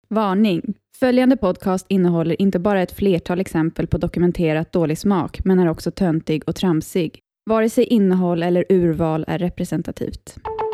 Varning! Följande podcast innehåller inte bara ett flertal exempel på dokumenterat dålig smak, men är också töntig och tramsig. Vare sig innehåll eller urval är representativt.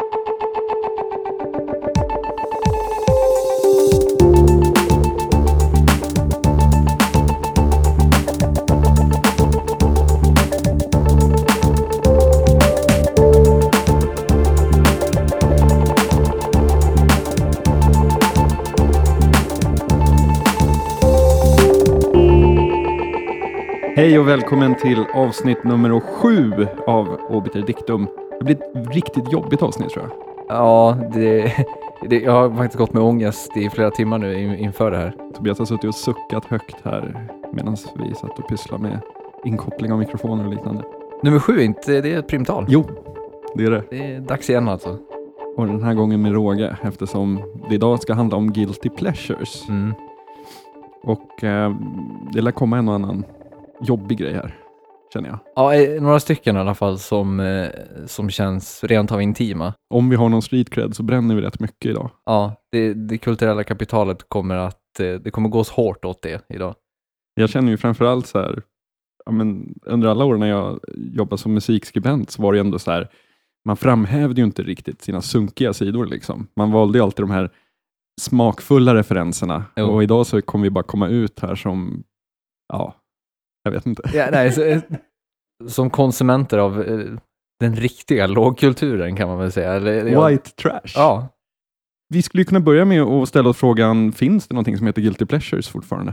Hej och välkommen till avsnitt nummer 7 av Obiter Dictum. Det blir ett riktigt jobbigt avsnitt, tror jag. Ja, jag har faktiskt gått med ångest i flera timmar nu inför det här. Tobias har suttit och suckat högt här medan vi satt och pysslade med inkoppling av mikrofoner och liknande. Nummer 7, inte det är ett primtal? Jo, det är det. Det är dags igen alltså. Och den här gången med råge, eftersom det idag ska handla om guilty pleasures. Mm. Och det lär komma en och annan jobbig grej här, känner jag. Ja, några stycken i alla fall som känns rent av intima. Om vi har någon street cred så bränner vi rätt mycket idag. Ja, det kulturella kapitalet kommer det kommer gås hårt åt det idag. Jag känner ju framförallt så här, ja, men under alla år när jag jobbade som musikskribent så var det ändå så här, man framhävde ju inte riktigt sina sunkiga sidor liksom. Man valde ju alltid de här smakfulla referenserna. Jo. Och idag så kommer vi bara komma ut här som, ja, jag vet inte. Ja, nej, som konsumenter av den riktiga lågkulturen kan man väl säga. White trash. Ja. Vi skulle kunna börja med att ställa oss frågan, finns det någonting som heter guilty pleasures fortfarande?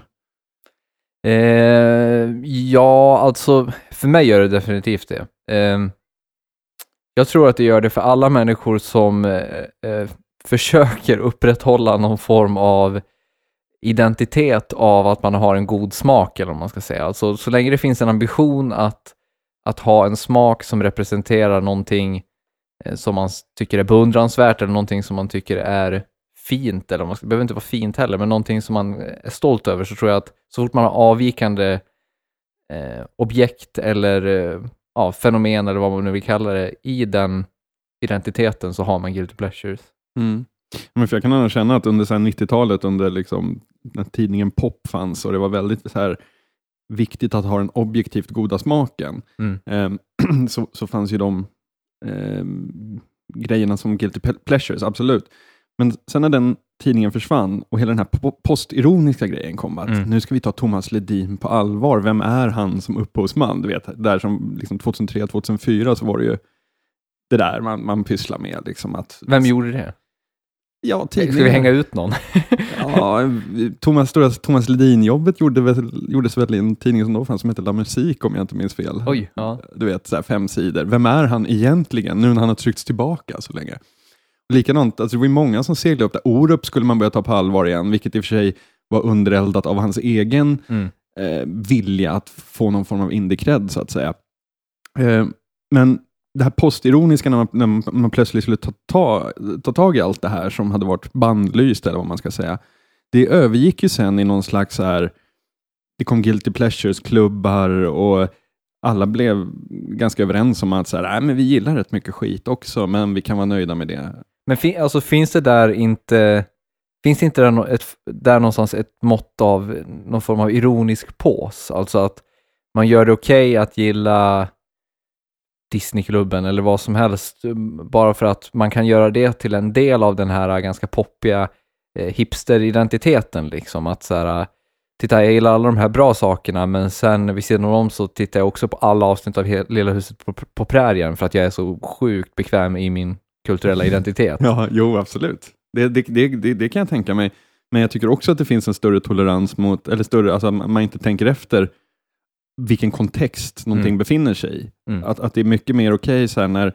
Ja, alltså för mig gör det definitivt det. Jag tror att det gör det för alla människor som försöker upprätthålla någon form av identitet av att man har en god smak, eller vad man ska säga. Alltså så länge det finns en ambition att ha en smak som representerar någonting som man tycker är beundransvärt eller någonting som man tycker är fint, eller det behöver inte vara fint heller, men någonting som man är stolt över, så tror jag att så fort man har avvikande objekt eller fenomen eller vad man nu vill kalla det i den identiteten, så har man guilty pleasures. Mm. Men för jag kan annars känna att under så här 90-talet, under liksom när tidningen Pop fanns och det var väldigt så här viktigt att ha den objektivt goda smaken, så fanns ju de grejerna som guilty pleasures, absolut. Men sen när den tidningen försvann och hela den här postironiska grejen kom, att nu ska vi ta Thomas Ledin på allvar. Vem är han som upphovsman? Du vet, där som liksom 2003-2004 så var det ju det där man pysslar med. Liksom att, vem gjorde det? Ja, ska vi hänga ut någon? Ja, Thomas Ledin-jobbet gjordes väl i en tidning som då fanns som heter La Musique, om jag inte minns fel. Oj, ja. Du vet, så här 5 sidor. Vem är han egentligen nu när han har tryckts tillbaka så länge? Likadant, alltså det var många som seglade upp där. Orup skulle man börja ta på allvar igen, vilket i och för sig var undereldat av hans egen vilja att få någon form av indie-cred, så att säga. Men det här postironiska när man plötsligt skulle ta tag i allt det här som hade varit bandlyst, eller vad man ska säga, det övergick ju sen i någon slags så här, det kom guilty pleasures-klubbar och alla blev ganska överens om att så här, men vi gillar rätt mycket skit också, men vi kan vara nöjda med det. Men finns det där inte där någonstans ett mått av någon form av ironisk pås? Alltså att man gör det okej att gilla Disneyklubben eller vad som helst, bara för att man kan göra det till en del av den här ganska poppiga hipster-identiteten liksom, att så här, titta, jag gillar alla de här bra sakerna, men sen vid sidan om så tittar jag också på alla avsnitt av Lilla huset på prärien för att jag är så sjukt bekväm i min kulturella identitet. Ja, jo, absolut. Det kan jag tänka mig. Men jag tycker också att det finns en större tolerans mot, eller större, alltså man inte tänker efter vilken kontext någonting befinner sig i. Att det är mycket mer okej så här när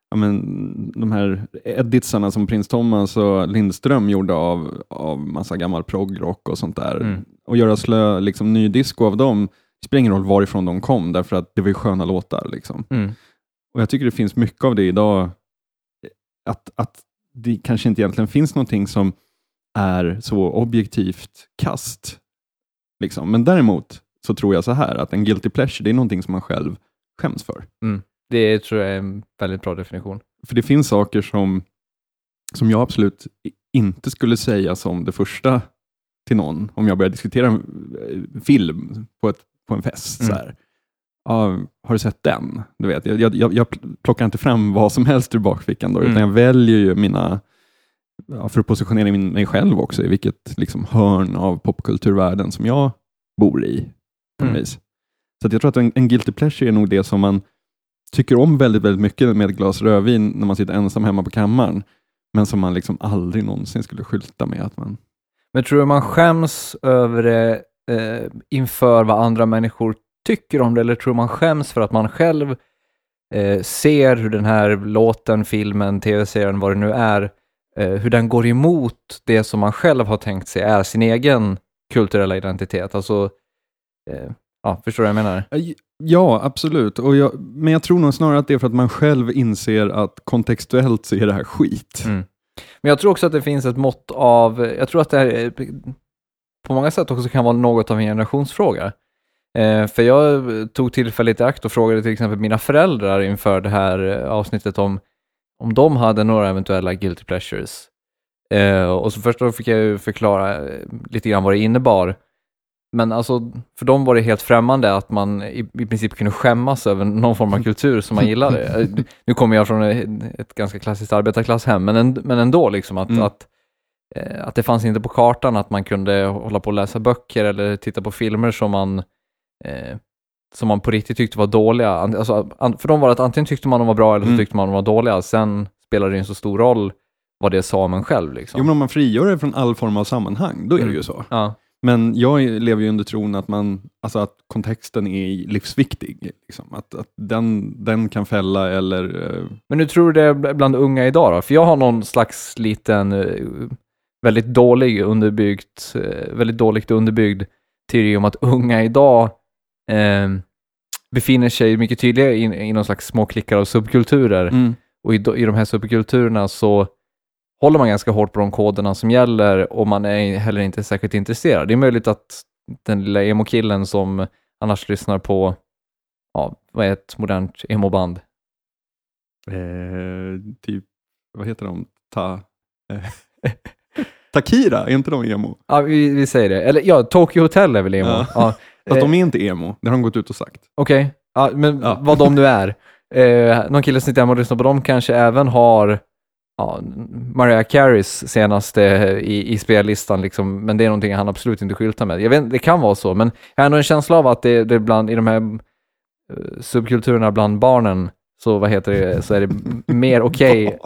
de här editsarna som Prins Thomas och Lindström gjorde av massa gammal proggrock och sånt där. Och göra liksom ny disco av dem. Det spelar ingen roll varifrån de kom, därför att det var ju sköna låtar liksom. Och jag tycker det finns mycket av det idag, att det kanske inte egentligen finns någonting som är så objektivt kast liksom. Men däremot så tror jag så här, att en guilty pleasure, det är någonting som man själv skäms för. Det tror jag är en väldigt bra definition. För det finns saker som jag absolut inte skulle säga som det första till någon om jag börjar diskutera en film på en fest så här. Ja, har du sett den? Du vet, jag plockar inte fram vad som helst ur bakfickan då, utan jag väljer ju mina för att positionera mig själv också i vilket liksom hörn av popkulturvärlden som jag bor i på något vis. Så att jag tror att en guilty pleasure är nog det som man tycker om väldigt, väldigt mycket med ett glas rödvin när man sitter ensam hemma på kammaren, men som man liksom aldrig någonsin skulle skylta med att man... Men tror du man skäms över det inför vad andra människor tycker om det, eller tror man skäms för att man själv ser hur den här låten, filmen, tv-serien, vad det nu är, hur den går emot det som man själv har tänkt sig är sin egen kulturella identitet? Alltså, förstår du vad jag menar? Ja, absolut. Men jag tror nog snarare att det är för att man själv inser att kontextuellt så är det här skit. Men jag tror också att det finns ett mått av, jag tror att det här på många sätt också kan vara något av en generationsfråga. För jag tog tillfället i akt och frågade till exempel mina föräldrar inför det här avsnittet om de hade några eventuella guilty pleasures. Och så först då fick jag ju förklara lite grann vad det innebar. Men alltså, för dem var det helt främmande att man i princip kunde skämmas över någon form av kultur som man gillade. Nu kommer jag från ett ganska klassiskt arbetarklasshem, men ändå liksom att det fanns inte på kartan att man kunde hålla på och läsa böcker eller titta på filmer som man på riktigt tyckte var dåliga. Alltså, för dem var det att antingen tyckte man de var bra eller så tyckte man de var dåliga. Sen spelade det en så stor roll vad det sa om en själv. Liksom. Jo, men om man frigör det från all form av sammanhang, då är det ju så. Ja. Men jag lever ju under tron att att kontexten är livsviktig. Liksom. Att den kan fälla eller... Men nu tror du det är bland unga idag då? För jag har någon slags liten väldigt dåligt underbyggd teori om att unga idag befinner sig mycket tydligare i någon slags små klickar av subkulturer. Och i de här subkulturerna så håller man ganska hårt på de koderna som gäller och man är heller inte särskilt intresserad. Det är möjligt att den lilla emo-killen som annars lyssnar på vad är ett modernt emo-band? Typ, vad heter de? Takira, är inte de emo? Ja, vi säger det. Eller Tokyo Hotel är väl emo. Ja. Fast de är inte emo, det har de gått ut och sagt. Okej, men vad de nu är. Någon kille som sitter hemma och lyssnar på dem kanske även har Mariah Careys senaste i spellistan liksom, men det är någonting han absolut inte skyltar med. Jag vet, det kan vara så, men jag har ändå en känsla av att det bland i de här subkulturerna bland barnen så så är det mer okej.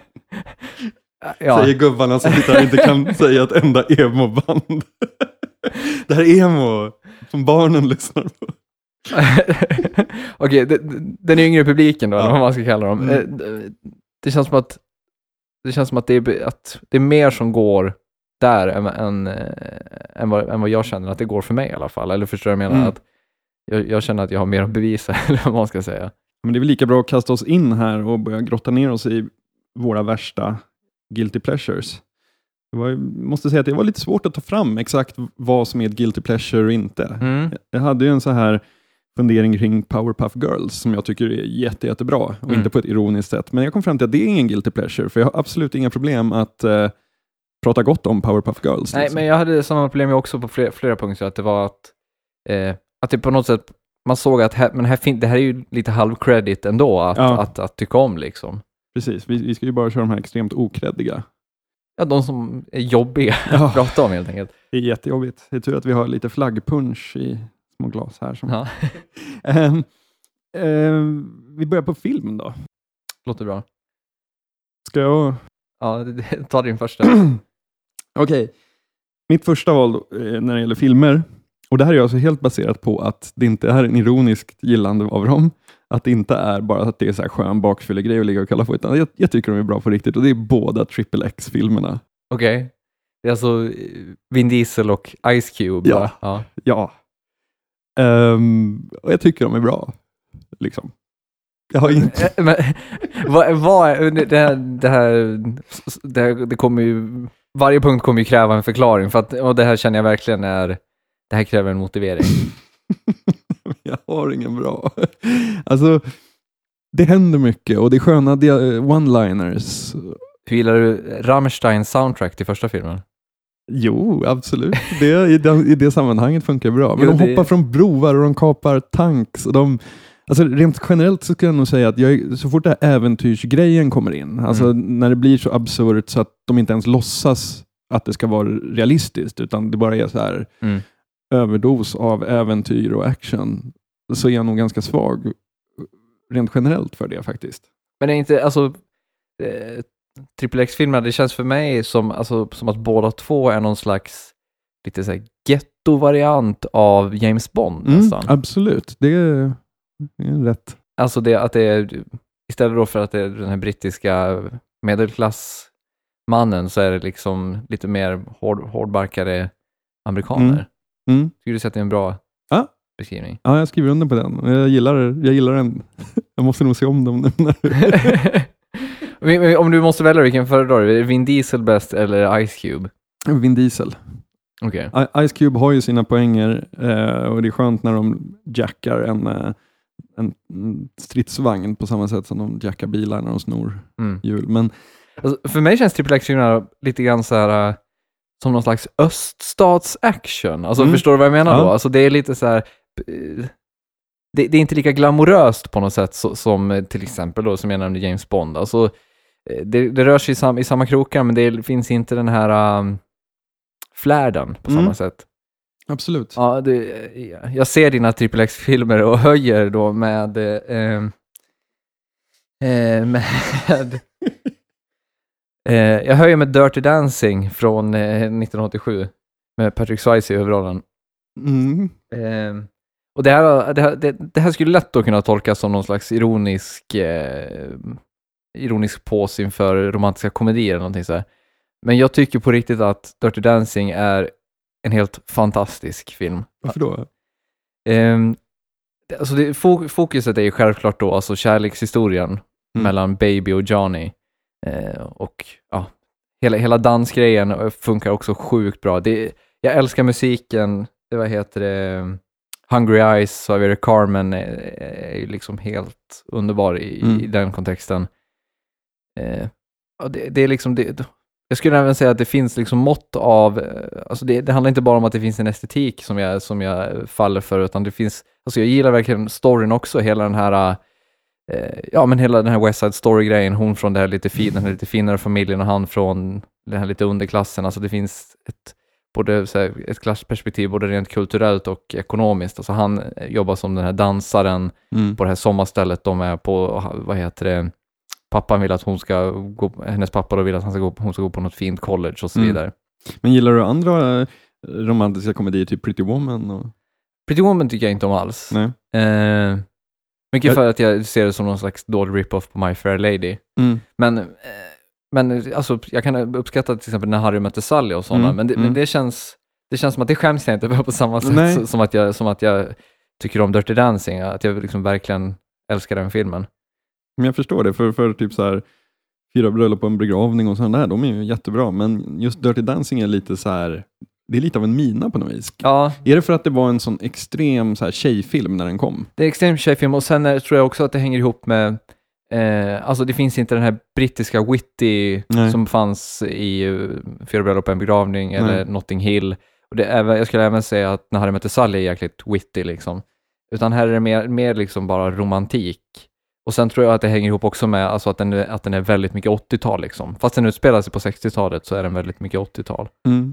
Säger gubbarna som inte kan säga ett enda emo-band. Det här är emo som barnen lyssnar på. Okej, den yngre publiken då, eller vad man ska kalla dem. Det känns som att det är mer som går där än vad jag känner att det går för mig i alla fall. Eller förstår jag menar att jag känner att jag har mer att bevisa, eller vad man ska säga. Men det är väl lika bra att kasta oss in här och börja grotta ner oss i våra värsta guilty pleasures. Måste säga att det var lite svårt att ta fram exakt vad som är ett guilty pleasure och inte. Jag hade ju en så här fundering kring Powerpuff Girls som jag tycker är jättebra och inte på ett ironiskt sätt. Men jag kom fram till att det är ingen guilty pleasure, för jag har absolut inga problem att prata gott om Powerpuff Girls. Nej, men jag hade samma problem också på flera punkter, att det var att det på något sätt man såg att det här är ju lite halvcredit ändå att tycka om liksom. Precis, vi ska ju bara köra de här extremt okreddiga. Ja, de som är jobbiga att prata om helt enkelt. Det är jättejobbigt. Det är tur att vi har lite flaggpunch i små glas här. Vi börjar på film då. Låter bra. Ska jag... Ja, ta din första. Okej. Mitt första val när det gäller filmer, och det här är alltså helt baserat på att det inte är en ironisk gillande av dem. Att det inte är bara att det är så här skön bakfyllegrej att ligga och kalla på, utan jag tycker de är bra på riktigt, och det är båda Triple X-filmerna. Okej. Det är alltså Vin Diesel och Ice Cube. Ja. Och jag tycker de är bra. Liksom. Jag har inte... Men, det kommer ju... Varje punkt kommer ju kräva en förklaring, för att, och det här känner jag verkligen det här kräver en motivering. Jag har ingen bra. Alltså, det händer mycket och det är sköna one-liners. Hur gillar du Rammsteins soundtrack till första filmen? Jo, absolut. I det sammanhanget funkar bra. Men de hoppar från broar och de kapar tanks. Och alltså rent generellt så ska jag nog säga att så fort det här äventyrsgrejen kommer in, alltså när det blir så absurt så att de inte ens låtsas att det ska vara realistiskt, utan det bara är så här överdos av äventyr och action, så är jag nog ganska svag rent generellt för det faktiskt. Men det är inte, alltså Triple X-filmerna, det känns för mig som att båda två är någon slags lite så här ghetto-variant av James Bond nästan. Absolut, det är rätt. Alltså att det är, istället då för att det är den här brittiska medelklassmannen, så är det liksom lite mer hårdbarkade amerikaner. Skulle du säga att det är en bra beskrivning? Ja, jag skriver under på den. Jag gillar den. Jag måste nog se om dem nu. Om du måste välja, vilken föredrar du? Är det Vin Diesel bäst eller Ice Cube? Vin Diesel. Okay. Ice Cube har ju sina poänger och det är skönt när de jackar en stridsvagn på samma sätt som de jackar bilar när de snor hjul. Men alltså, för mig känns Triple X lite grann så här som någon slags öststats-action. Alltså förstår du vad jag menar då? Alltså det är lite så här det är inte lika glamoröst på något sätt som till exempel då, som jag nämnde, James Bond. Alltså det rör sig i samma krokar, men det finns inte den här flärden på samma sätt. Absolut. Ja, jag ser dina Triple X-filmer och höjer då med jag höjer med Dirty Dancing från 1987 med Patrick Swayze i huvudrollen. Och det här skulle lätt då kunna tolkas som någon slags ironisk pås inför romantiska komedier eller någonting så här. Men jag tycker på riktigt att Dirty Dancing är en helt fantastisk film. Varför då? Alltså fokuset är ju självklart då alltså kärlekshistorien mellan Baby och Johnny. Och ja, hela dansgrejen funkar också sjukt bra. Jag älskar musiken. Vad heter det? Hungry Eyes, så har vi det, Carmen är ju liksom helt underbar i den kontexten. Det är liksom det. Jag skulle även säga att det finns liksom mått av, alltså det handlar inte bara om att det finns en estetik som jag faller för, utan det finns, alltså jag gillar verkligen storyn också, hela den här hela den här West Side Story-grejen, hon från det här den här lite finare familjen och han från den här lite underklassen. Alltså det finns ett klassperspektiv både rent kulturellt och ekonomiskt. Alltså han jobbar som den här dansaren på det här sommarstället de är på, pappan vill att hennes pappa då vill att hon ska gå på något fint college och så vidare. Men gillar du andra romantiska komedier, typ Pretty Woman? Pretty Woman tycker jag inte om alls. Nej. Mycket för att jag ser det som någon slags dålig rip-off på My Fair Lady. Men alltså, jag kan uppskatta till exempel när Harry mötte Sally och sådana, men det känns som att det skäms jag inte på samma sätt som att jag tycker om Dirty Dancing, att jag liksom verkligen älskar den filmen. Men jag förstår det, för typ så här 4 bröllop på en begravning och sådana där, de är ju jättebra, men just Dirty Dancing är lite så här, det är lite av en mina på något vis. Ja. Är det för att det var en sån extrem så här tjejfilm när den kom? Det är extrem tjejfilm, och sen tror jag också att det hänger ihop med alltså det finns inte den här brittiska witty som fanns i 4 bröllop på en begravning eller Notting Hill. Och jag skulle även säga att när Harry mötte Sally är jäkligt witty liksom. Utan här är det mer liksom bara romantik. Och sen tror jag att det hänger ihop också med alltså att den är väldigt mycket 80-tal liksom. Fast den utspelar sig på 60-talet så är den väldigt mycket 80-tal.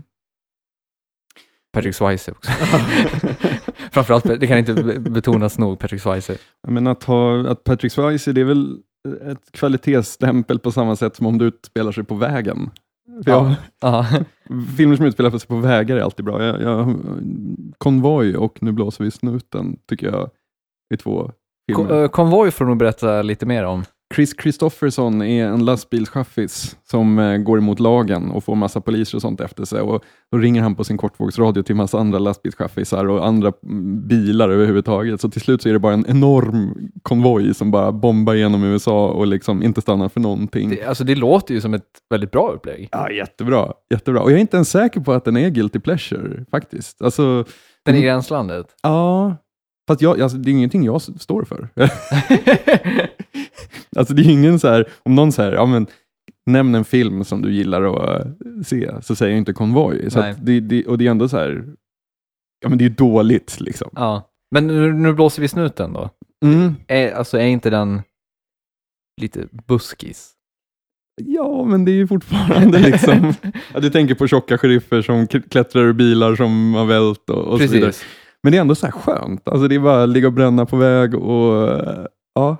Patrick Swayze också. Framförallt, det kan inte betonas nog, Patrick Swayze. Men att Patrick Swayze, det är väl ett kvalitetsstämpel på samma sätt som om du utspelar sig på vägen. Filmer som utspelar sig på vägar är alltid bra. Konvoj och Nu blåser vi snuten tycker jag är 2 filmer. Konvoj får du nog berätta lite mer om. Chris Christopherson är en lastbilschaffis som går emot lagen och får massa poliser och sånt efter sig, och då ringer han på sin kortvågsradio till massa andra lastbilschaffisar och andra bilar överhuvudtaget, så till slut så är det bara en enorm konvoj som bara bombar genom USA och liksom inte stannar för någonting. Det låter ju som ett väldigt bra upplägg. Ja, jättebra. Och jag är inte ens säker på att den är guilty pleasure faktiskt. Alltså, den är i gränslandet? Ja. Fast det är ingenting jag står för. Alltså det är ingen så här, om någon säger, ja men Nämn en film som du gillar att se, så säger jag inte Konvoj. Så att och det är ändå så här, ja men det är dåligt liksom. Ja, men nu blåser vi snuten då. Är inte den lite buskis? Ja, men det är ju fortfarande liksom... Ja, du tänker på tjocka sheriffer som klättrar ur bilar som har vält och så vidare. Men det är ändå så här skönt. Alltså det är bara att ligga och bränna på väg och... Ja.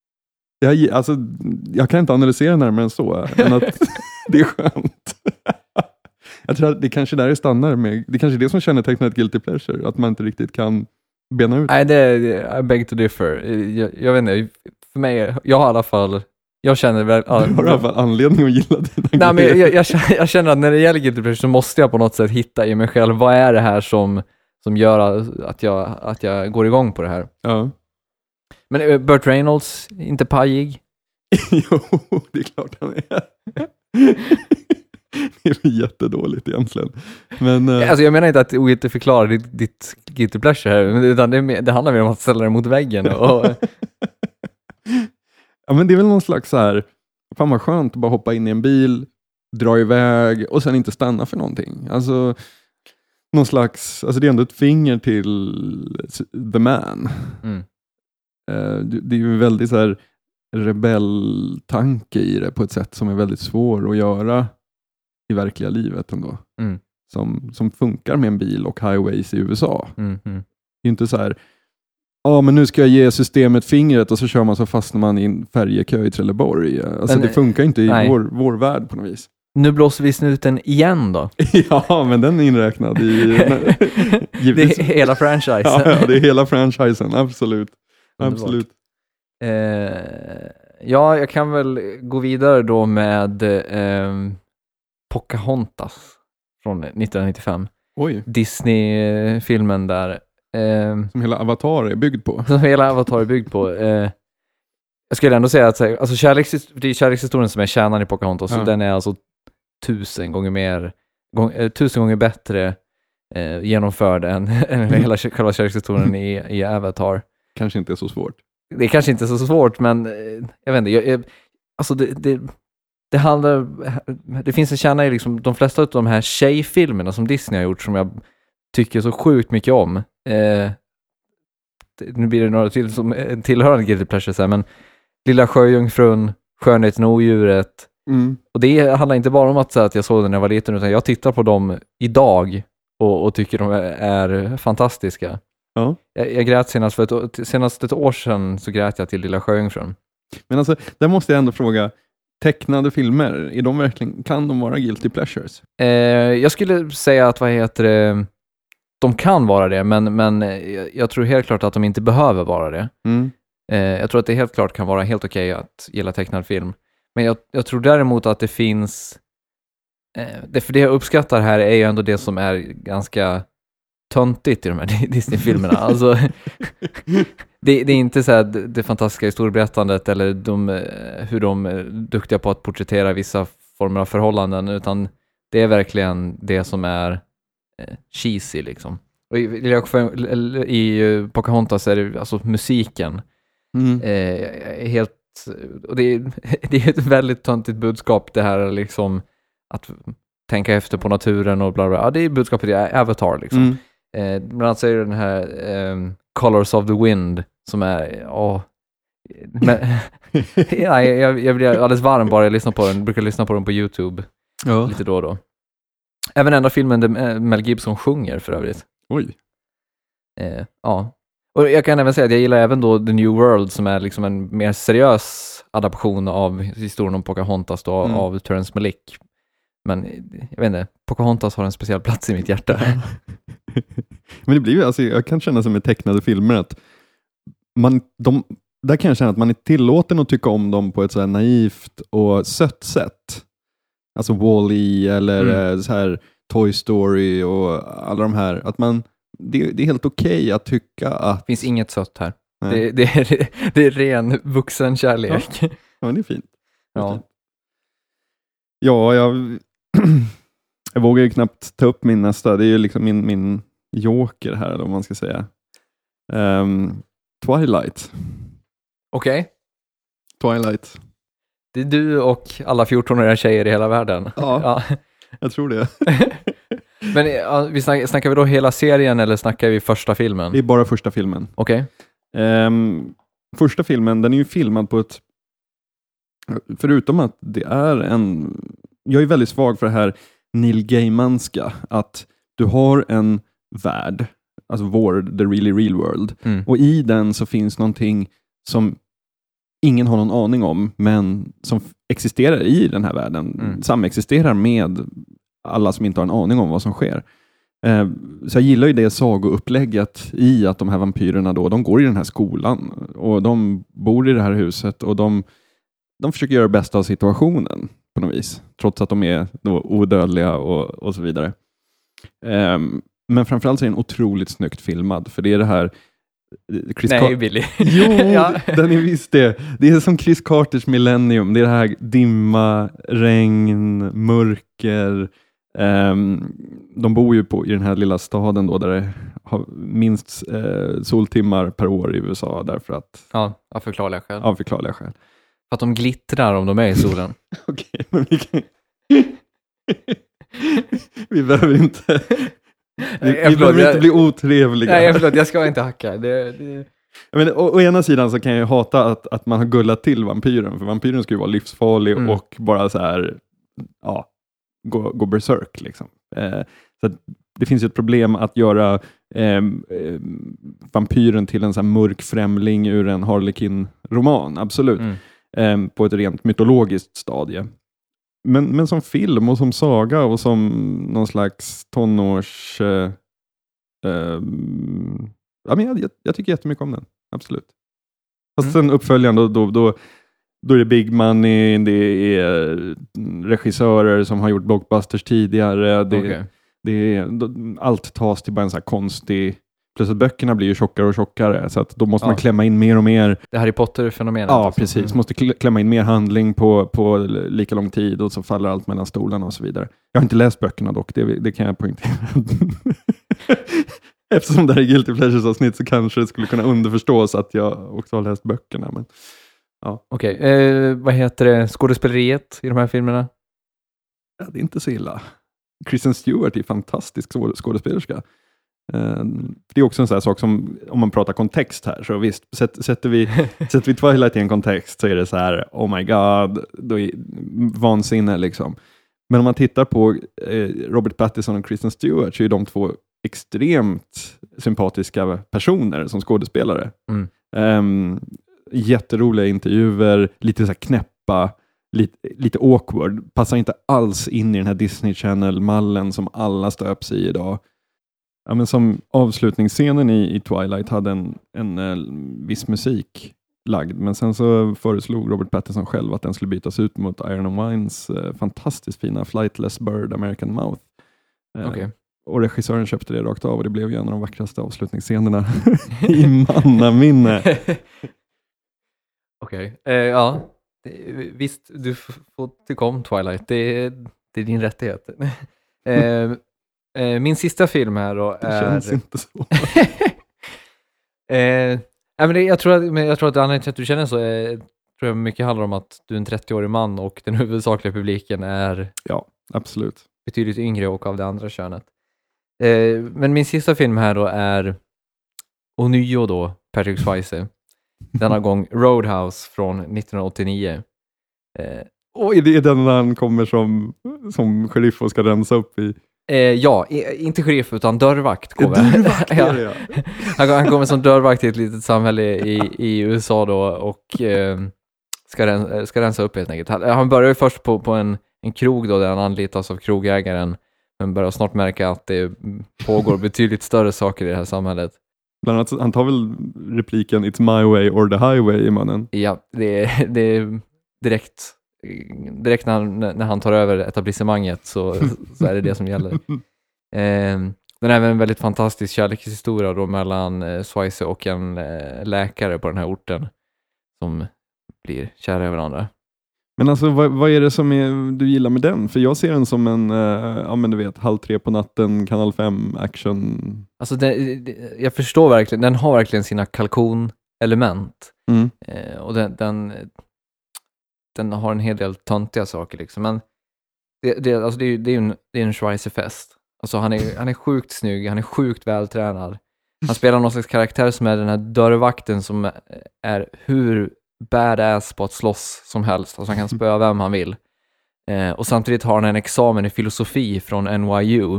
Jag kan inte analysera närmare än så. Än att det är skönt. Jag tror att det kanske där det stannar med... Det är kanske det som kännetecknar ett guilty pleasure. Att man inte riktigt kan bena ut. Nej, I beg to differ. Jag vet inte. För mig, jag har i alla fall... Jag känner väl... Du har i alla fall anledning att gilla dina Nej, men jag känner att när det gäller guilty pleasure så måste jag på något sätt hitta i mig själv. Vad är det här som gör att jag går igång på det här? Ja. Men Burt Reynolds, inte pajig? Jo, det är klart han är. Det är jättedåligt egentligen. Men, alltså jag menar inte att ogiltigt förklara ditt guilty pleasure här, utan det handlar mer om att ställa dig mot väggen. Och ja, men det är väl någon slags så här, fan vad skönt att bara hoppa in i en bil, dra iväg och sen inte stanna för någonting. Alltså någon slags, alltså det är ändå ett finger till the man. Det är ju väldigt så här rebelltanke i det på ett sätt som är väldigt svår att göra i verkliga livet ändå. Som funkar med en bil och highways i USA. Det är ju inte så här, men nu ska jag ge systemet fingret och så kör man så fastnar man i en färjekö i Trelleborg. Alltså det funkar inte i vår värld på något vis. Nu blåser vi snuten igen då. Ja, men den är inräknad i... det är hela franchisen. Ja, det är hela franchisen, absolut. Absolut. Ja, jag kan väl gå vidare då med Pocahontas från 1995. Oj. Disney-filmen där. Som hela Avatar är byggd på. Som hela Avatar är byggd på. Jag skulle ändå säga att alltså det är kärlekshistorien som är kärnan i Pocahontas. Så den är alltså 1000 gånger bättre genomförd än hela själva kärlekshistorien i Avatar. Kanske inte är så svårt. Det är kanske inte så svårt, men jag vet inte. Alltså det handlar... Det finns en kärna i liksom de flesta av de här tjejfilmerna som Disney har gjort som jag tycker så sjukt mycket om. Nu blir det några till som tillhörande guilty pleasure så här, men Lilla Sjöjungfrun, Skönheten och odjuret. Och det handlar inte bara om att jag såg den när jag var liten, utan jag tittar på dem idag och tycker de är fantastiska. Ja. Jag grät senast ett år sedan så grät jag till Lilla Sjöjungfrun. Men alltså, där måste jag ändå fråga, tecknade filmer, kan de vara guilty pleasures? Jag skulle säga att de kan vara det, men jag tror helt klart att de inte behöver vara det. Jag tror att det helt klart kan vara helt okej att gilla tecknad film. Men jag tror däremot att det finns... för det jag uppskattar här är ju ändå det som är ganska töntigt i de här Disney-filmerna. Alltså, det är inte så här det fantastiska historieberättandet eller hur de är duktiga på att porträttera vissa former av förhållanden, utan det är verkligen det som är cheesy liksom. Och i Pocahontas är det alltså musiken helt, och det är ett väldigt töntigt budskap det här liksom, att tänka efter på naturen och bla bla. Ja, det är budskapet i Avatar liksom. Bland annat så är det den här Colors of the Wind som är jag blir alldeles varm bara jag lyssnar på den. Brukar lyssna på den på YouTube lite då och då. Även enda filmen där Mel Gibson sjunger för övrigt. Oj. Ja. Och jag kan även säga att jag gillar även då The New World som är liksom en mer seriös adaption av historien om Pocahontas då, av Terrence Malick. Men jag vet inte, Pocahontas har en speciell plats i mitt hjärta. Men det blir ju, alltså, jag kan känna som med tecknade filmer att där kan jag känna att man är tillåten att tycka om dem på ett så här naivt och sött sätt. Alltså Wall-E eller så här Toy Story och alla de här. Att det är helt okej att tycka att... Det finns inget sött här. Det är ren vuxen kärlek. Ja, men det är fint. Ja, jag vågar ju knappt ta upp min nästa. Det är ju liksom min joker här, eller vad man ska säga. Twilight. Okej. Twilight. Det är du och alla 14-åriga tjejer i hela världen. Ja. Jag tror det. Men snackar vi då hela serien eller snackar vi första filmen? Det är bara första filmen. Okej. Första filmen, den är ju filmad på ett... Förutom att det är en... Jag är väldigt svag för det här Neil Gaimanska. Att du har en värld, alltså the really real world. Och i den så finns någonting som ingen har någon aning om, men som existerar i den här världen. Samexisterar med alla som inte har en aning om vad som sker. Så jag gillar ju det sagoupplägget i att de här vampyrerna då, de går i den här skolan och de bor i det här huset och de försöker göra det bästa av situationen på något vis. Trots att de är då odödliga och så vidare. Men framförallt så är den otroligt snyggt filmad, för det är det här Billy. Jo, den är visst det. Det är som Chris Carters Millennium. Det är det här dimma, regn, mörker. De bor ju i den här lilla staden då, där det har minst soltimmar per år i USA. Därför att, av förklarliga skäl. Av förklarliga skäl. För att de glittrar om de är i solen. Okej, men vi behöver inte... Vi behöver inte bli otrevliga. Nej, förlåt, jag ska inte hacka. Men, å ena sidan så kan jag ju hata att man har gullat till vampyren. För vampyren ska ju vara livsfarlig och bara så här, gå berserk liksom. Så det finns ju ett problem att göra vampyren till en så här mörk främling ur en Harlequin-roman. Absolut. På ett rent mytologiskt stadie. Men som film och som saga och som någon slags tonårs... jag tycker jättemycket om den. Absolut. Fast sen uppföljande då är det big money, det är regissörer som har gjort blockbusters tidigare. Allt tas till bara en så här konstig... Plus att böckerna blir ju tjockare och tjockare, så att då måste man klämma in mer och mer. Det Harry Potter-fenomenet. Ja, alltså. Precis. Måste klämma in mer handling på lika lång tid och så faller allt mellan stolarna och så vidare. Jag har inte läst böckerna dock, det kan jag poängtera. Eftersom det här är Guilty Pleasures-avsnitt så kanske det skulle kunna underförstås att jag också har läst böckerna. Men, ja. Okej, vad heter det? Skådespeleriet i de här filmerna? Ja, det är inte så illa. Kristen Stewart är fantastisk skådespelerska. Det är också en sån här sak som, om man pratar kontext här, så visst, sätter vi Twilight i en kontext så är det så här, oh my god, då är vansinne liksom. Men om man tittar på Robert Pattinson och Kristen Stewart så är de två extremt sympatiska personer som skådespelare. Jätteroliga intervjuer, lite så här knäppa, lite awkward, passar inte alls in i den här Disney Channel-mallen som alla stöps i idag. Ja, men som avslutningsscenen i Twilight hade en viss musik lagd, men sen så föreslog Robert Pattinson själv att den skulle bytas ut mot Iron and Wines fantastiskt fina Flightless Bird American Mouth. Och regissören köpte det rakt av och det blev ju en av de vackraste avslutningsscenerna i mannaminne. Okej. Visst, du får tycka om Twilight. Det är din rättighet. Min sista film här då är... Det känns inte så. Jag tror att anledningen till att du känner så tror jag mycket handlar om att du är en 30-årig man och den huvudsakliga publiken är... Ja, absolut. Betydligt yngre och av det andra könet. Men min sista film här då är ånyo då Patrick Swayze. Denna gång Roadhouse från 1989. Och det är den han kommer som sheriff och ska rensa upp i... Inte sheriff utan dörrvakt kommer. Dörrvakt, Han kommer som dörrvakt i ett litet samhälle i USA då och ska rensa upp helt enkelt. Han börjar ju först på en krog då där han anlitas av krogägaren, men börjar snart märka att det pågår betydligt större saker i det här samhället. Bland annat, han tar väl repliken It's my way or the highway i mannen. Ja, det är direkt när han tar över etablissemanget så är det som gäller. Den är även en väldigt fantastisk kärlekshistoria då mellan Swayze och en läkare på den här orten som blir kära i varandra. Men alltså vad är det som du gillar med den? För jag ser den som en, men du vet, 2:30 på natten, kanal 5 action. Alltså jag förstår verkligen, den har verkligen sina kalkonelement. Och den den har en hel del töntiga saker liksom. Men det är ju en Schweizerfest. Alltså han är sjukt snygg, han är sjukt vältränad. Han spelar någon slags karaktär som är den här dörrvakten som är hur badass på att slåss som helst. Alltså han kan spöa vem han vill. Och samtidigt har han en examen i filosofi från NYU.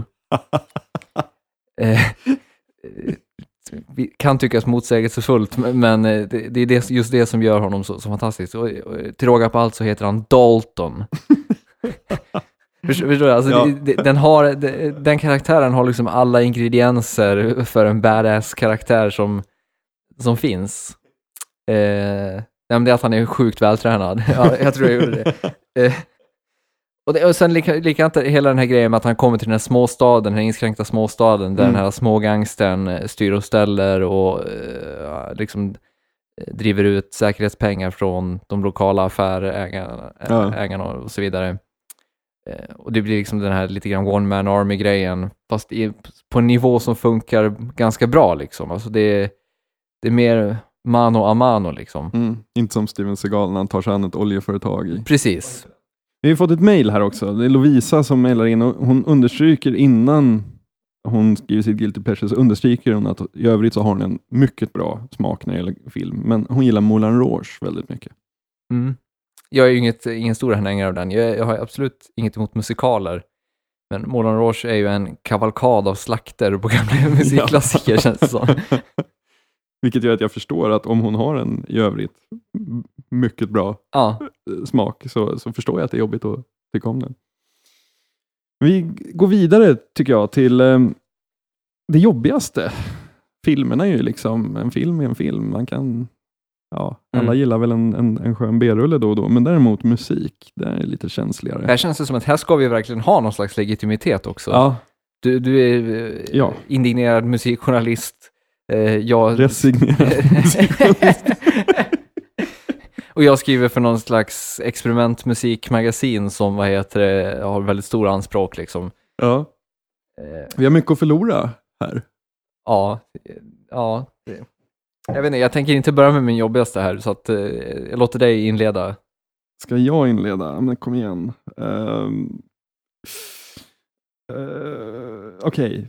Kan tyckas motsägelsefullt, men det är just det som gör honom så fantastisk. Och till råga på allt så heter han Dalton. Förstår du? Alltså, den karaktären har liksom alla ingredienser för en badass-karaktär som finns. Det är att han är sjukt vältränad. Ja, jag tror jag gjorde det. Och sen likadant hela den här grejen med att han kommer till den här småstaden, den här inskränkta småstaden där den här smågangstern styr och ställer och liksom driver ut säkerhetspengar från de lokala affärägarna och så vidare. Och det blir liksom den här lite grann one man army grejen fast på en nivå som funkar ganska bra liksom. Alltså det är mer mano a mano liksom. Inte som Steven Seagal när han tar sig an ett oljeföretag. Precis. Vi har fått ett mejl här också. Det är Lovisa som mejlar in och hon understryker innan hon skriver sitt Guilty Pleasure så understryker hon att i övrigt så har hon en mycket bra smak när det gäller film. Men hon gillar Moulin Rouge väldigt mycket. Jag är ju ingen stor anhängare av den. Jag har absolut inget emot musikaler. Men Moulin Rouge är ju en kavalkad av slakter på gamla musikklassiker känns det som. Vilket gör att jag förstår att om hon har en i övrigt mycket bra smak så förstår jag att det är jobbigt att tycka om den. Vi går vidare tycker jag till det jobbigaste. Filmerna är ju liksom en film är en film. Man kan, alla gillar väl en skön B-rulle då och då. Men däremot musik, det är lite känsligare. Här känns det som att här ska vi verkligen ha någon slags legitimitet också. Ja. Du är indignerad musikjournalist. Jag resignerad musikjournalist. Och jag skriver för någon slags experimentmusikmagasin som har väldigt stora anspråk liksom. Ja. Vi har mycket att förlora här. Ja. Jag vet inte, jag tänker inte börja med min jobbigaste här så att jag låter dig inleda. Ska jag inleda? Men kom igen. Okej.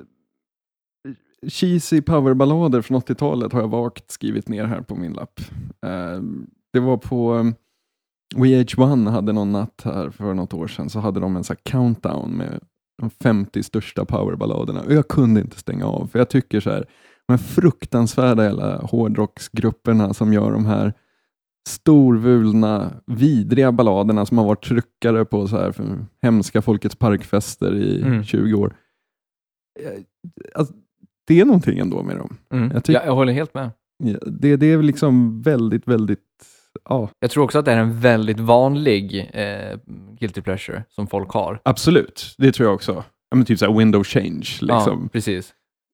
Cheesy powerballader från 80-talet har jag vagt skrivit ner här på min lapp. Det var på VH1 hade någon natt här för något år sedan så hade de en sån här countdown med de 50 största powerballaderna och jag kunde inte stänga av för jag tycker så här de här fruktansvärda jävla hårdrocksgrupperna som gör de här storvulna, vidriga balladerna som har varit tryckare på så här för hemska Folkets parkfester i 20 år. Alltså, det är någonting ändå med dem. Jag håller helt med. Det är liksom väldigt, väldigt... Ja. Jag tror också att det är en väldigt vanlig guilty pleasure som folk har. Absolut, det tror jag också. Ja, men typ så här window change. Liksom. Ja, precis.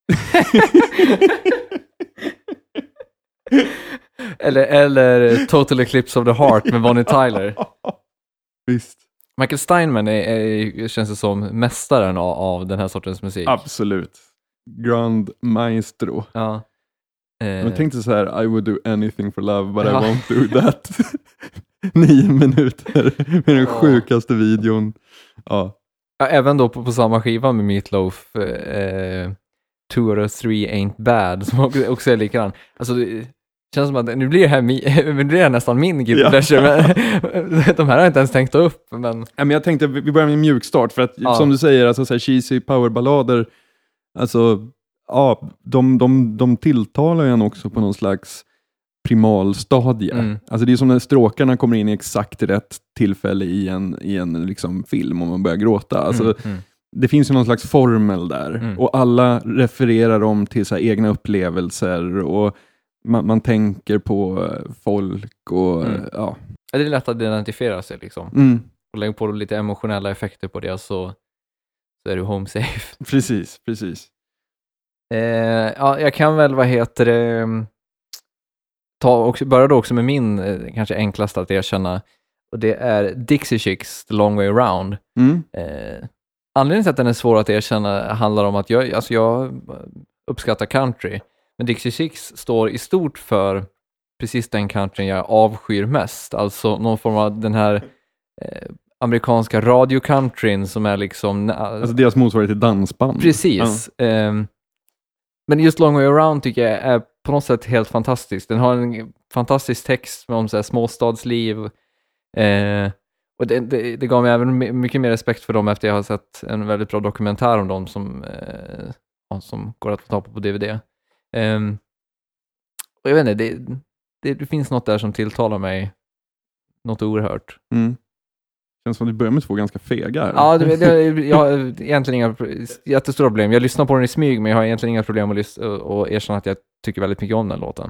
eller Total Eclipse of the Heart med Bonnie Tyler. Visst. Michael Steinman känns det som mästaren av den här sortens musik. Absolut. Grand maestro. Ja. Jag tänkte så här, I would do anything for love, but I won't do that. 9 minuter med den sjukaste videon. Ja. Även då på samma skiva med Meatloaf, 2 out of 3 ain't bad, som också är likadan. Alltså det känns som att nu blir det nästan min guilty pleasure, men de här har jag inte ens tänkt upp. Men jag tänkte, vi börjar med en mjukstart, för att som du säger, alltså så här cheesy powerballader, alltså de tilltalar ju en också på någon slags primalstadie. Alltså det är som när stråkarna kommer in i exakt rätt tillfälle i en liksom film om man börjar gråta. Alltså det finns ju någon slags formel där och alla refererar dem till så här egna upplevelser och man tänker på folk och ja. Det är lätt att identifiera sig liksom. Och lägga på lite emotionella effekter på det så är du home safe. Precis. Jag kan väl, börja då också med min kanske enklaste att erkänna, och det är Dixie Chicks The Long Way Around. Anledningen till att den är svår att erkänna handlar om att jag uppskattar country, men Dixie Chicks står i stort för precis den countryn jag avskyr mest. Alltså någon form av den här amerikanska radiocountryn som är liksom... Alltså deras motsvarighet till dansband. Precis. Ja. Men just Long Way Around tycker jag är på något sätt helt fantastisk. Den har en fantastisk text om så här småstadsliv. Och det gav mig även mycket mer respekt för dem efter jag har sett en väldigt bra dokumentär om dem som går att få ta på DVD. Och jag vet inte, det finns något där som tilltalar mig något oerhört. Känns som att du börjar med 2 ganska fega här. Ja, jag har egentligen inga jättestora problem. Jag lyssnar på den i smyg, men jag har egentligen inga problem att erkänna att jag tycker väldigt mycket om den låten.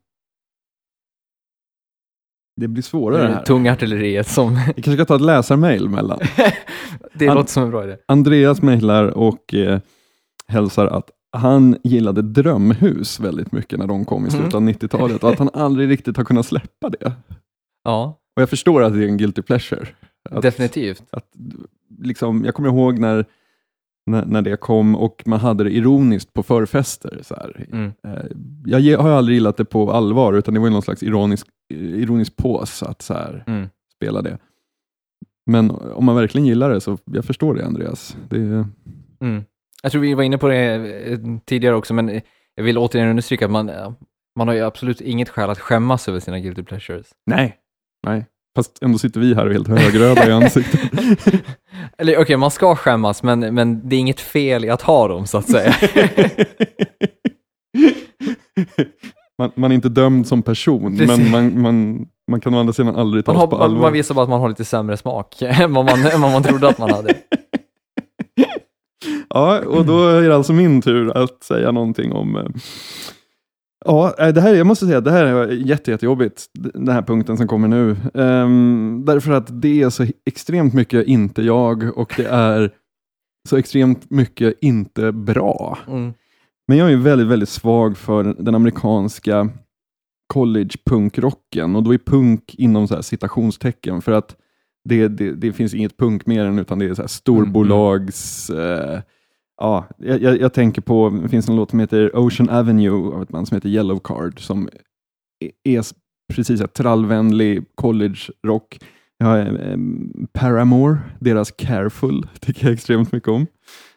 Det blir svårare här. Tungartilleriet som... Vi kanske ska ta ett läsarmail mellan. Det låter som en bra idé. Andreas mejlar och hälsar att han gillade Drömhus väldigt mycket när de kom i slutet av 90-talet och att han aldrig riktigt har kunnat släppa det. Ja. Och jag förstår att det är en guilty pleasure. Definitivt. Liksom, jag kommer ihåg när det kom och man hade det ironiskt på förfester. Så här. Jag har aldrig gillat det på allvar, utan det var någon slags ironisk pås att så här, spela det. Men om man verkligen gillar det så jag förstår det, Andreas. Jag tror vi var inne på det tidigare också, men jag vill återigen understryka att man har ju absolut inget skäl att skämmas över sina guilty pleasures. Nej. Fast ändå sitter vi här och helt högröda i ansiktet. Eller okej, man ska skämmas, men det är inget fel i att ha dem, så att säga. man är inte dömd som person, precis. Men man kan å andra sidan aldrig ta oss på allvar. Man visar bara att man har lite sämre smak än vad man trodde att man hade. Ja, och då är det alltså min tur att säga någonting om... Ja, jag måste säga att det här är jättejobbigt, den här punkten som kommer nu. Därför att det är så extremt mycket inte jag och det är så extremt mycket inte bra. Men jag är väldigt, väldigt svag för den amerikanska college-punkrocken, och då är punk inom så här citationstecken, för att det finns inget punk mer än, utan det är så här storbolags... jag tänker på, det finns en låt som heter Ocean Avenue av ett band som heter Yellow Card, som är precis ett trallvänlig college-rock. Jag har Paramore, deras Careful, tycker jag extremt mycket om.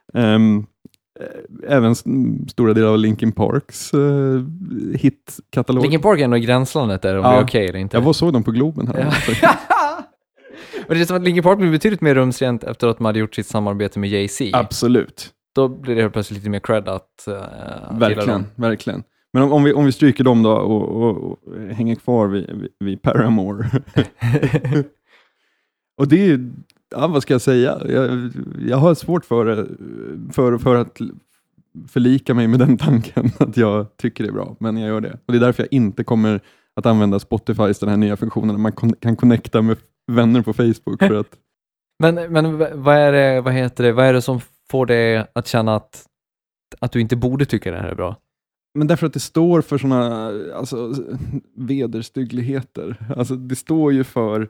Även stora delar av Linkin Parks hitkatalog. Linkin Park är ändå i gränslandet där, om det är okej eller inte. Jag såg dem på Globen här. Och det är som att Linkin Park blir betydligt mer rumsrent efter att man hade gjort sitt samarbete med Jay-Z. Absolut. Då blir det plötsligt lite mer cred att verkligen. Men om vi stryker dem då och hänger kvar vid Paramore. Och det är, vad ska jag säga? Jag har svårt för att förlika mig med den tanken att jag tycker det är bra, men jag gör det. Och det är därför jag inte kommer att använda Spotifys den här nya funktionen där man kan connecta med vänner på Facebook för att... Men vad är det som får dig att känna att du inte borde tycka det här är bra? Men därför att det står för såna vederstyggligheter. Alltså det står ju för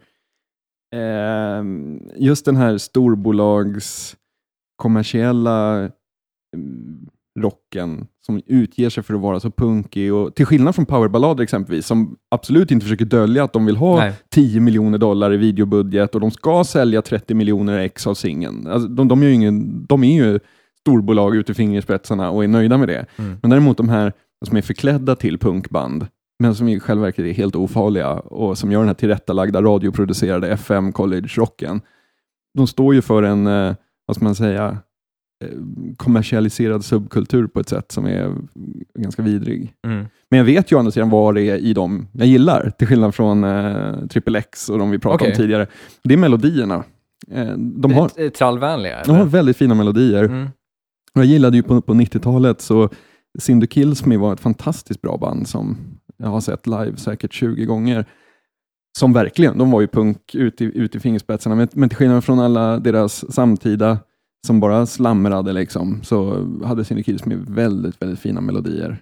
just den här storbolags kommersiella rocken som utger sig för att vara så punkig, och till skillnad från powerballader exempelvis, som absolut inte försöker dölja att de vill ha $10 miljoner i videobudget och de ska sälja 30 miljoner ex av singeln. Alltså, de är ju storbolag ute i fingerspetsarna och är nöjda med det. Men däremot de här som är förklädda till punkband, men som i själva verket är helt ofarliga och som gör den här tillrättalagda radioproducerade FM college-rocken, de står ju för en, vad ska man säga, kommersialiserad subkultur på ett sätt som är ganska vidrig. Men jag vet ju andra sidan vad det är i dem jag gillar, till skillnad från Triple X och de vi pratade om tidigare. Det är melodierna. De har trallvänliga. De har väldigt fina melodier. Och jag gillade ju på 90-talet, så Cindy Kills Me var ett fantastiskt bra band som jag har sett live säkert 20 gånger. Som verkligen, de var ju punk ut i fingerspetsarna, men till skillnad från alla deras samtida som bara slamrade liksom, så hade Cindy Kills Me väldigt, väldigt fina melodier.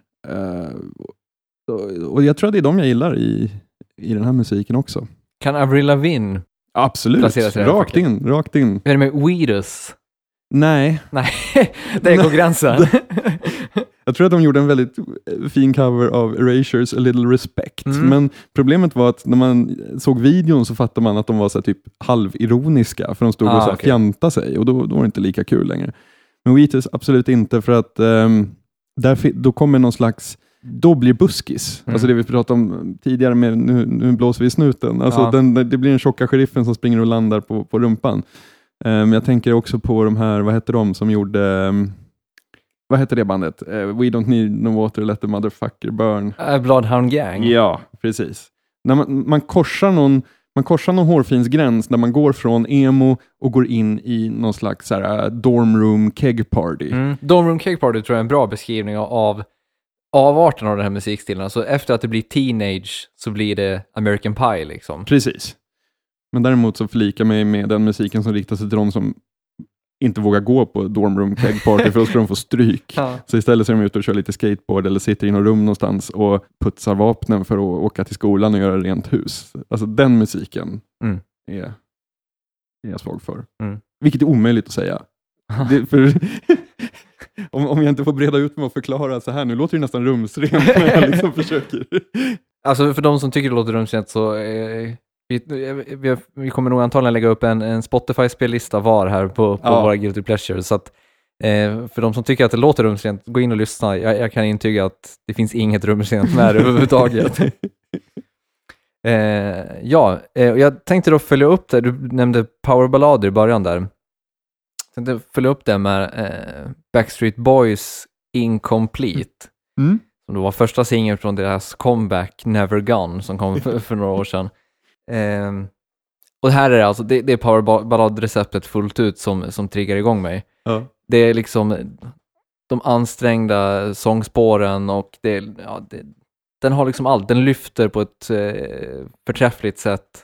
Och jag tror att det är de jag gillar i den här musiken också. Kan Avril Lavigne absolut, rakt in. Är det med Weedus? Nej, det går gränsen. Jag tror att de gjorde en väldigt fin cover av Erasures A Little Respect. Men problemet var att när man såg videon så fattade man att de var så här, typ halvironiska, för de stod och så här, fjanta sig, och då var det inte lika kul längre. Men Wheatus absolut inte, för att då kommer någon slags, då blir buskis. Alltså det vi pratade om tidigare med nu blåser vi i snuten. Alltså det blir den tjocka sheriffen som springer och landar på rumpan. Jag tänker också på de här, vad heter de som gjorde, vad heter det bandet? We don't need no water, let the motherfucker burn. Bloodhound Gang. Ja, precis. När man korsar någon hårfinsgräns när man går från emo och går in i någon slags så här, dorm room keg party. Dorm room keg party tror jag är en bra beskrivning av avarten av den här musikstilen. Alltså efter att det blir teenage så blir det American Pie liksom. Precis. Men däremot så förlikar mig med den musiken som riktar sig till de som inte vågar gå på dorm room keg party, för då ska de få stryk. Så istället så är de ute och kör lite skateboard eller sitter i något rum någonstans och putsar vapnen för att åka till skolan och göra rent hus. Alltså den musiken är jag svag för. Vilket är omöjligt att säga. Om jag inte får breda ut mig och förklara så här, nu låter det nästan rumsrent när jag liksom försöker. Alltså för de som tycker det låter rumsrent så vi kommer nog antagligen lägga upp en Spotify-spellista var här på våra Guilty Pleasures. Så att för de som tycker att det låter rumsrent, gå in och lyssna. Jag kan intyga att det finns inget rumsrent med det överhuvudtaget. Jag tänkte då följa upp det. Du nämnde powerballader i början där. Jag tänkte följa upp det med Backstreet Boys Incomplete. Som då var första singeln från deras comeback Never Gone som kom för några år sedan. Och här är det alltså, det är powerballadreceptet fullt ut som triggar igång mig. Det är liksom de ansträngda sångspåren och den har liksom allt. Den lyfter på ett förträffligt sätt.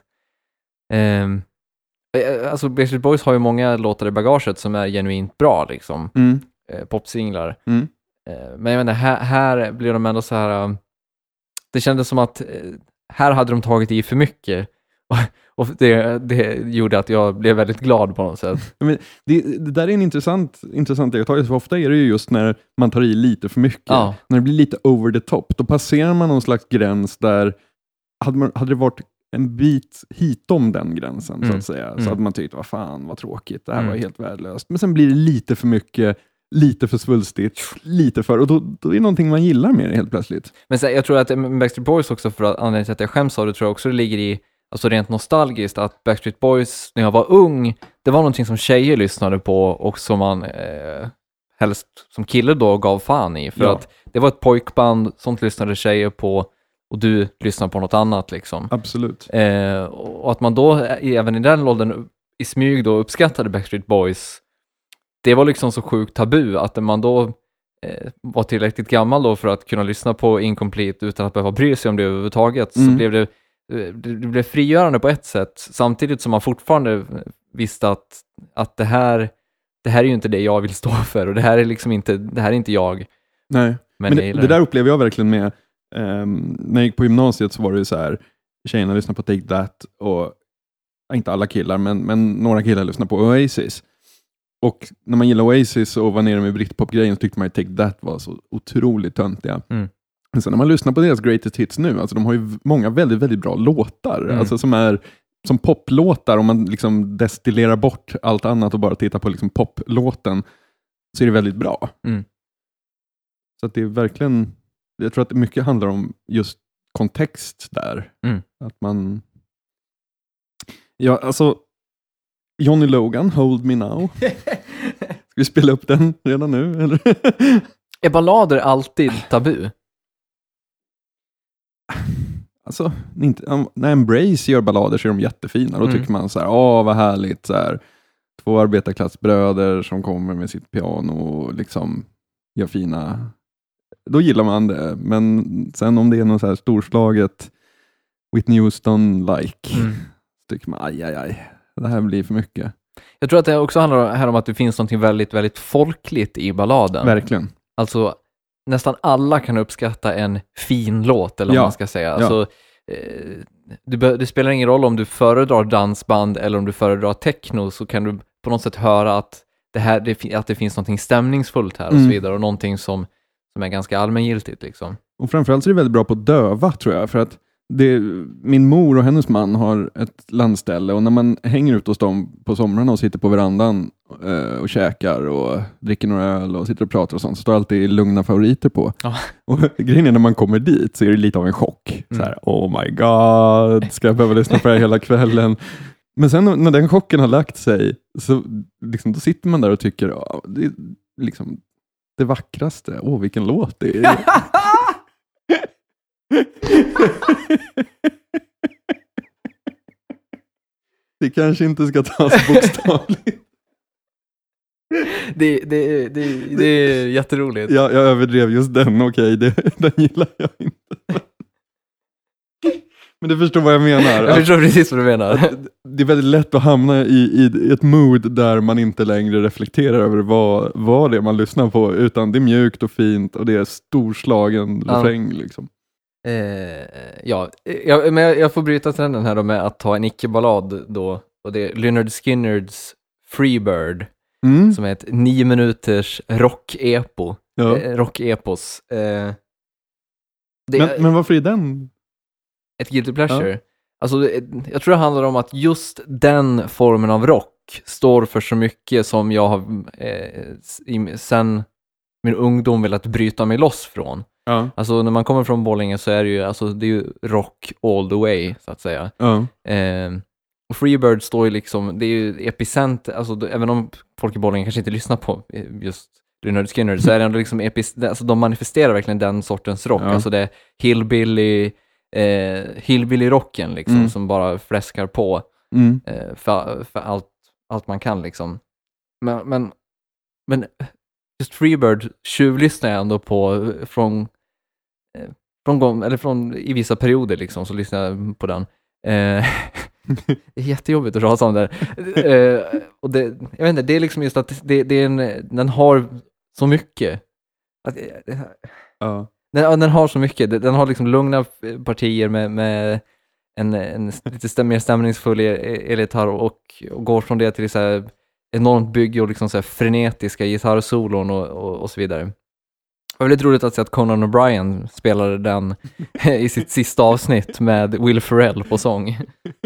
Alltså Backstreet Boys har ju många låtar i bagaget som är genuint bra liksom. Popsinglar. Men jag menar, här blir de ändå så här. Det kändes som att här hade de tagit i för mycket. Och det gjorde att jag blev väldigt glad på något sätt. Men det där är en intressant iakttagelse. För ofta är det ju just när man tar i lite för mycket. När det blir lite over the top. Då passerar man någon slags gräns där hade det varit en bit hitom den gränsen så att säga. Så hade man tyckt, vad fan, vad tråkigt. Det här var helt värdelöst. Men sen blir det lite för mycket, lite för svulstigt, lite för, och då är det någonting man gillar med det helt plötsligt. Men så, jag tror att Backstreet Boys också, för att anledningen till att jag skäms av det, tror jag också det ligger i, alltså rent nostalgiskt, att Backstreet Boys när jag var ung, det var någonting som tjejer lyssnade på och som man helst som kille då gav fan i, för att det var ett pojkband, sånt lyssnade tjejer på och du lyssnar på något annat liksom. Absolut. Och att man då även i den åldern i smyg då uppskattade Backstreet Boys, det var liksom så sjukt tabu att man då var tillräckligt gammal då för att kunna lyssna på Incomplete utan att behöva bry sig om det överhuvudtaget, så blev det blev frigörande på ett sätt, samtidigt som man fortfarande visste att det här är ju inte det jag vill stå för, och det här är liksom inte, det här är inte jag. Nej, men det där upplever jag verkligen med när jag gick på gymnasiet, så var det ju så här, tjejerna lyssnade på Take That, och inte alla killar, men några killar lyssnade på Oasis. Och när man gillar Oasis och var nere med Britpop-grejen, så tyckte man att Take That var så otroligt töntiga. Men sen när man lyssnar på deras greatest hits nu, alltså de har ju många väldigt, väldigt bra låtar. Alltså som är som poplåtar, om man liksom destillerar bort allt annat och bara tittar på liksom poplåten, så är det väldigt bra. Så att det är verkligen, jag tror att det mycket handlar om just kontext där. Att man, ja, alltså Johnny Logan, Hold Me Now. Ska vi spela upp den redan nu? Eller? Är ballader alltid tabu? Alltså, när Embrace gör ballader så är de jättefina. Då tycker man så här, vad härligt. Så här, 2 arbetarklassbröder som kommer med sitt piano och liksom gör fina. Då gillar man det. Men sen om det är något så här storslaget Whitney Houston-like, så tycker man, aj. Det här blir för mycket. Jag tror att det också handlar här om att det finns något väldigt, väldigt folkligt i balladen. Verkligen. Alltså, nästan alla kan uppskatta en fin låt, eller vad man ska säga. Alltså, det spelar ingen roll om du föredrar dansband eller om du föredrar techno, så kan du på något sätt höra att det finns något stämningsfullt här och så vidare, och någonting som är ganska allmängiltigt liksom. Och framförallt är det väldigt bra på döva, tror jag, för att min mor och hennes man har ett landställe och när man hänger ut hos dem på somrarna och sitter på verandan och käkar och dricker några öl och sitter och pratar och sånt, så står alltid lugna favoriter på. Och grejen är när man kommer dit så är det lite av en chock. Så här, oh my god, ska jag behöva lyssna på det hela kvällen? Men sen när den chocken har lagt sig så liksom, då sitter man där och tycker det är liksom det vackraste. Vilken låt det är. Det kanske inte ska tas bokstavligt. Det är jätteroligt. Jag överdrev just den, okej. Den gillar jag inte. Men du förstår vad jag menar. Jag förstår precis vad du menar. Det är väldigt lätt att hamna i ett mood där man inte längre reflekterar över vad det är man lyssnar på, utan det är mjukt och fint och det är storslagen refräng liksom. Men jag får bryta trenden här då med att ta en icke-ballad då, och det är Lynyrd Skynyrd's Freebird, som är ett 9 minuters rock-epo. Rock-epos. Men varför är den? Ett guilty pleasure. Ja. Alltså, jag tror det handlar om att just den formen av rock står för så mycket som jag har sen min ungdom velat bryta mig loss från. Ja. Alltså när man kommer från Borlänge så är det ju, alltså, det är ju rock all the way så att säga. Ja. Och Freebird står ju liksom, det är ju epicenter, alltså även om folk i Borlänge kanske inte lyssnar på just Lynyrd Skynyrd, så är det ändå liksom alltså de manifesterar verkligen den sortens rock. Alltså det är hillbilly-rocken liksom, som bara fläskar på för allt man kan liksom. Men just Freebird tjuvlyssnar jag ändå på från i vissa perioder liksom, så lyssnar jag på den. Det är jättejobbigt att rasa om där. Och det, jag vet inte, det är liksom just att den har så mycket. Den har så mycket. Den har liksom lugna partier med en lite mer stämningsfull elgitarr och går från det till så här enormt bygge och liksom så här frenetiska gitarrsolon och så vidare. Det var väldigt roligt att se att Conan O'Brien spelade den i sitt sista avsnitt med Will Ferrell på sång.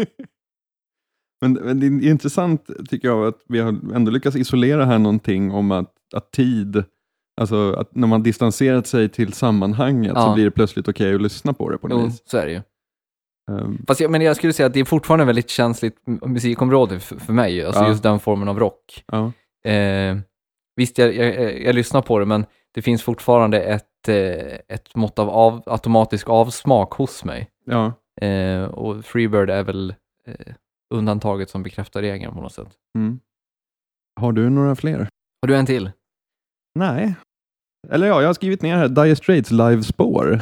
Men det är intressant tycker jag att vi har ändå lyckats isolera här någonting om att tid, alltså att när man distanserat sig till sammanhanget så blir det plötsligt okej att lyssna på det på något vis. Så är det ju. Fast jag skulle säga att det är fortfarande väldigt känsligt musikområde för mig, alltså just den formen av rock. Visst, jag lyssnar på det, men det finns fortfarande ett mått av automatisk avsmak hos mig. Och Freebird är väl undantaget som bekräftar regeln på något sätt. Har du några fler? Har du en till? Nej. Eller jag har skrivit ner här Dire Straits livespår.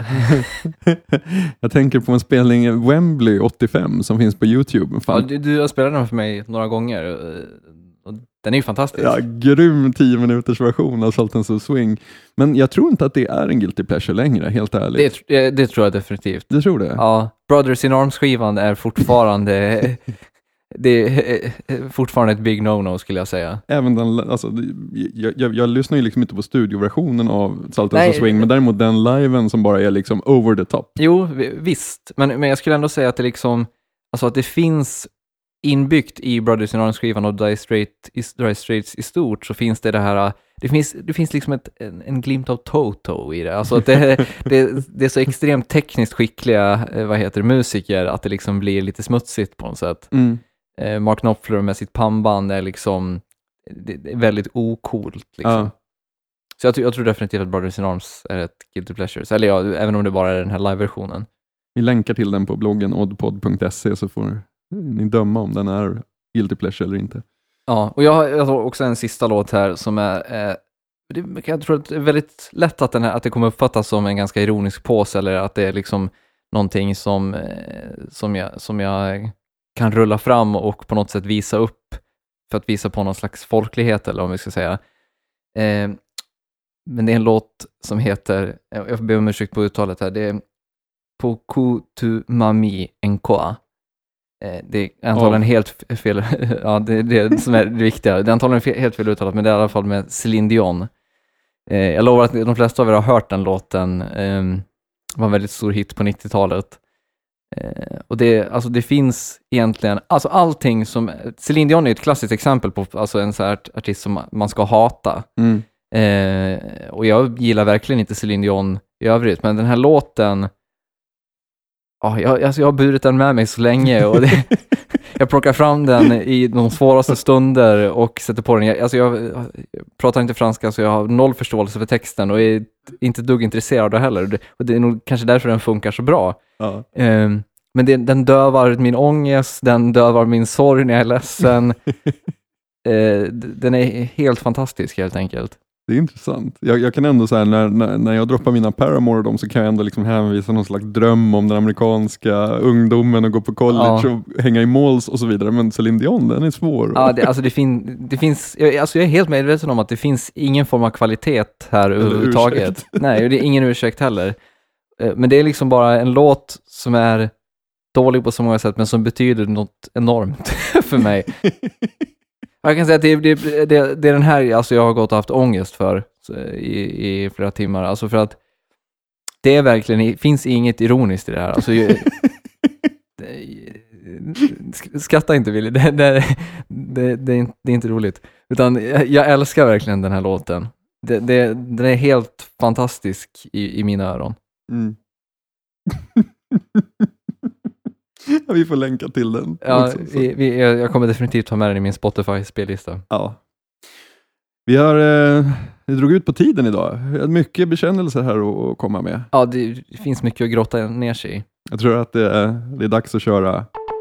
Jag tänker på en spelning Wembley 85 som finns på YouTube. Ja, du har spelat den för mig några gånger. Och den är ju fantastisk. Ja, grym 10 minuters version av Sultans of Swing. Men jag tror inte att det är en guilty pleasure längre, helt ärligt. Det tror jag definitivt. Du tror det? Ja, Brothers in Arms-skivan är fortfarande... Det är fortfarande ett big no-no skulle jag säga. Även den, alltså, jag lyssnar ju liksom inte på studioversionen av Sultans of Swing, men däremot den liven som bara är liksom over the top. Jo, visst. Men jag skulle ändå säga att det liksom, alltså att det finns inbyggt i Brothers in Arms-skivan och Dire Straits i stort, så finns det här, det finns liksom en glimt av Toto i det. Alltså att det är så extremt tekniskt skickliga musiker att det liksom blir lite smutsigt på något sätt. Mark Knopfler med sitt pannband är liksom det är väldigt ocoolt liksom. Så jag tror definitivt att Brothers in Arms är ett guilty pleasure. Eller ja, även om det bara är den här live-versionen. Vi länkar till den på bloggen oddpod.se så får ni döma om den är guilty pleasure eller inte. Ja, och jag har också en sista låt här som är jag tror att det är väldigt lätt att det kommer uppfattas som en ganska ironisk påse, eller att det är liksom någonting som jag kan rulla fram och på något sätt visa upp för att visa på någon slags folklighet, eller om vi ska säga. Men det är en låt som heter, jag får be om ursäkt på uttalet här, det är Poku tu mami enkoa. Det är antagligen helt fel. Ja, det är det som är det viktiga. Det är antagligen helt fel uttalat, men det är i alla fall med Celine Dion. Jag lovar att de flesta av er har hört den låten. Det var en väldigt stor hit på 90-talet. Och det finns egentligen, alltså allting som, Celine Dion är ett klassiskt exempel på alltså en sån här artist som man ska hata. Och jag gillar verkligen inte Celine Dion i övrigt, men den här låten, jag har burit den med mig så länge och jag plockar fram den i de svåraste stunder och sätter på den. Jag pratar inte franska, så jag har noll förståelse för texten och är inte dugg intresserad av det heller. Och det är nog kanske därför den funkar så bra. Ja. Men den dövar min ångest, den dövar min sorg när jag är ledsen. Den är helt fantastisk helt enkelt. Det är intressant. Jag kan ändå säga när jag droppar mina Paramore och dem, så kan jag ändå liksom hänvisa någon slags dröm om den amerikanska ungdomen och gå på college och hänga i malls och så vidare. Men Celine Dion, den är svår. Ja, det finns, jag är helt medveten om att det finns ingen form av kvalitet här överhuvudtaget. Nej, och det är ingen ursäkt heller. Men det är liksom bara en låt som är dålig på så många sätt, men som betyder något enormt för mig. Jag kan säga att det är den här, alltså jag har gått och haft ångest för i flera timmar. Alltså för att det är verkligen, finns inget ironiskt i det här. Alltså, skratta inte, Willy. Det är inte roligt. Utan jag älskar verkligen den här låten. Den är helt fantastisk i mina öron. Mm. Ja, vi får länka till den. Ja, jag kommer definitivt ta med den i min Spotify-spellista. Ja. Vi drog ut på tiden idag. Mycket bekännelser här att komma med. Ja, det finns mycket att grotta ner sig i. Jag tror att det är dags att köra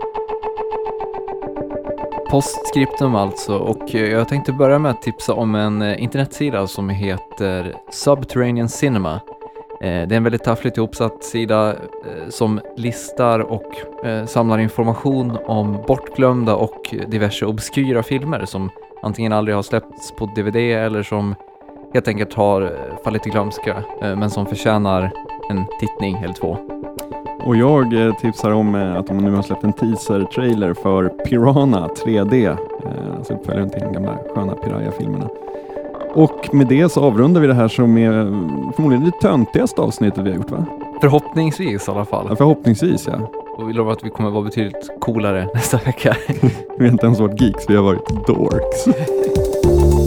postscriptum alltså. Och jag tänkte börja med att tipsa om en internetsida som heter Subterranean Cinema. Det är en väldigt taffligt ihopsatt sida som listar och samlar information om bortglömda och diverse obskyra filmer som antingen aldrig har släppts på DVD eller som helt enkelt har fallit i glömska, men som förtjänar en tittning eller två. Och jag tipsar om att de nu har släppt en teaser-trailer för Piranha 3D, alltså uppföljaren till de gamla sköna Piraya-filmerna. Och med det så avrundar vi det här som är förmodligen det töntigaste avsnittet vi har gjort, va? Förhoppningsvis i alla fall. Ja, förhoppningsvis, ja. Och vi lovar att vi kommer vara betydligt coolare nästa vecka. Vi har inte ens varit geeks, vi har varit dorks.